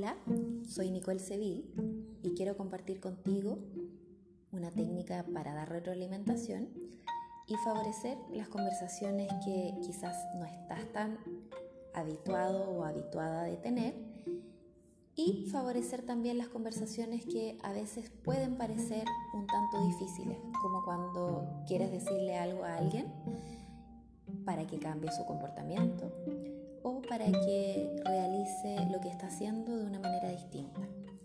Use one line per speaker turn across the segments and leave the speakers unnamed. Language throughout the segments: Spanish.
Hola, soy Nicole Seville y quiero compartir contigo una técnica para dar retroalimentación y favorecer las conversaciones que quizás no estás tan habituado o habituada de tener, y favorecer también las conversaciones que a veces pueden parecer un tanto difíciles, como cuando quieres decirle algo a alguien para que cambie su comportamiento o para que realice lo que está haciendo de una manera distinta.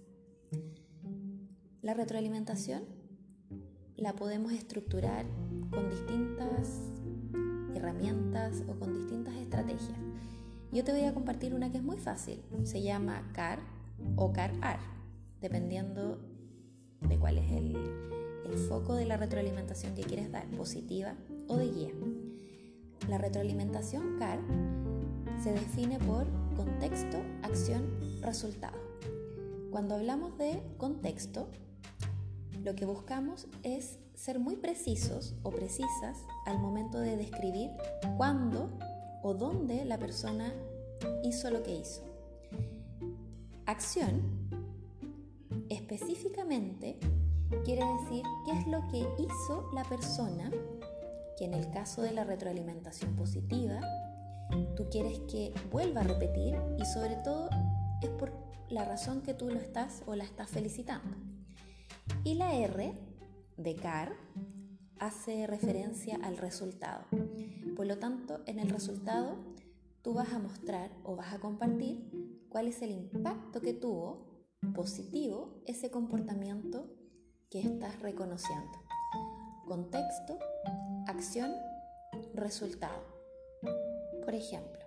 La retroalimentación la podemos estructurar con distintas herramientas o con distintas estrategias. Yo te voy a compartir una que es muy fácil, se llama CAR o CAR-AR, dependiendo de cuál es el foco de la retroalimentación que quieres dar, positiva o de guía. La retroalimentación CAR se define por contexto, acción, resultado. Cuando hablamos de contexto, lo que buscamos es ser muy precisos o precisas al momento de describir cuándo o dónde la persona hizo lo que hizo. Acción, específicamente, quiere decir qué es lo que hizo la persona, que en el caso de la retroalimentación positiva, tú quieres que vuelva a repetir, y sobre todo es por la razón que tú lo estás o la estás felicitando. Y la R de CAR hace referencia al resultado. Por lo tanto, en el resultado tú vas a mostrar o vas a compartir cuál es el impacto que tuvo positivo ese comportamiento que estás reconociendo. Contexto, acción, resultado. Por ejemplo,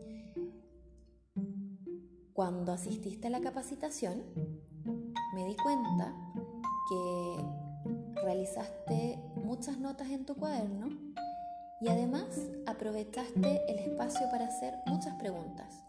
cuando asististe a la capacitación, me di cuenta que realizaste muchas notas en tu cuaderno y además aprovechaste el espacio para hacer muchas preguntas.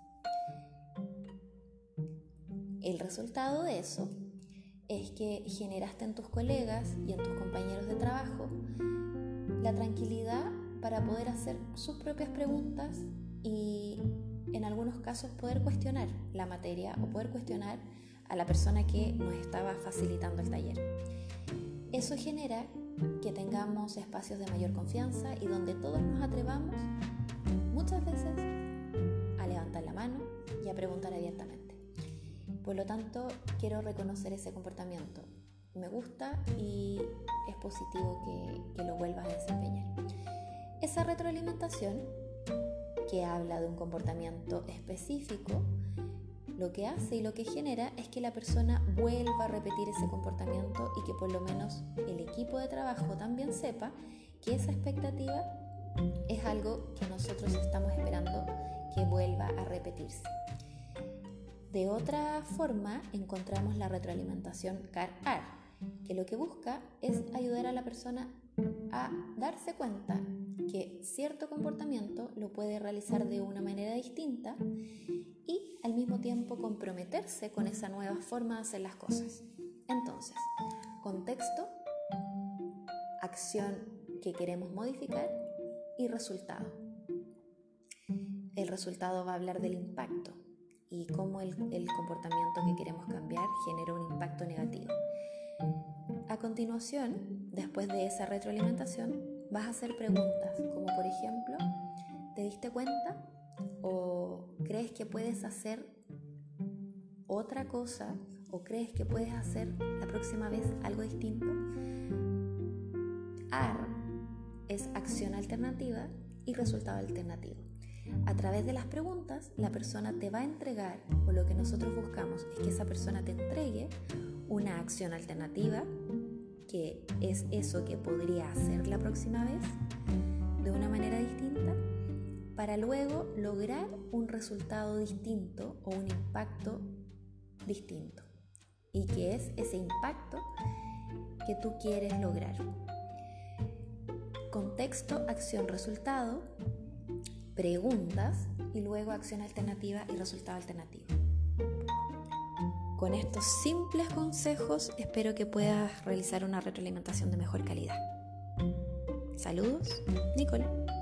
El resultado de eso es que generaste en tus colegas y en tus compañeros de trabajo la tranquilidad para poder hacer sus propias preguntas y en algunos casos poder cuestionar la materia o poder cuestionar a la persona que nos estaba facilitando el taller. Eso genera que tengamos espacios de mayor confianza y donde todos nos atrevamos muchas veces a levantar la mano y a preguntar abiertamente. Por lo tanto, quiero reconocer ese comportamiento. Me gusta y es positivo que lo vuelvas a desempeñar. Esa retroalimentación, que habla de un comportamiento específico, lo que hace y lo que genera es que la persona vuelva a repetir ese comportamiento y que por lo menos el equipo de trabajo también sepa que esa expectativa es algo que nosotros estamos esperando que vuelva a repetirse. De otra forma, encontramos la retroalimentación CAR-AR, que lo que busca es ayudar a la persona a darse cuenta que cierto comportamiento lo puede realizar de una manera distinta y al mismo tiempo comprometerse con esa nueva forma de hacer las cosas. Entonces, contexto, acción que queremos modificar y resultado. El resultado va a hablar del impacto y cómo el comportamiento que queremos cambiar genera un impacto negativo. A continuación, después de esa retroalimentación, vas a hacer preguntas como por ejemplo, ¿te diste cuenta? ¿O crees que puedes hacer otra cosa? ¿O crees que puedes hacer la próxima vez algo distinto? AR es acción alternativa y resultado alternativo. A través de las preguntas, la persona te va a entregar, o lo que nosotros buscamos es que esa persona te entregue una acción alternativa, que es eso que podría hacer la próxima vez de una manera distinta, para luego lograr un resultado distinto o un impacto distinto, y que es ese impacto que tú quieres lograr. Contexto, acción, resultado, preguntas y luego acción alternativa y resultado alternativo. Con estos simples consejos espero que puedas realizar una retroalimentación de mejor calidad. Saludos, Nicole.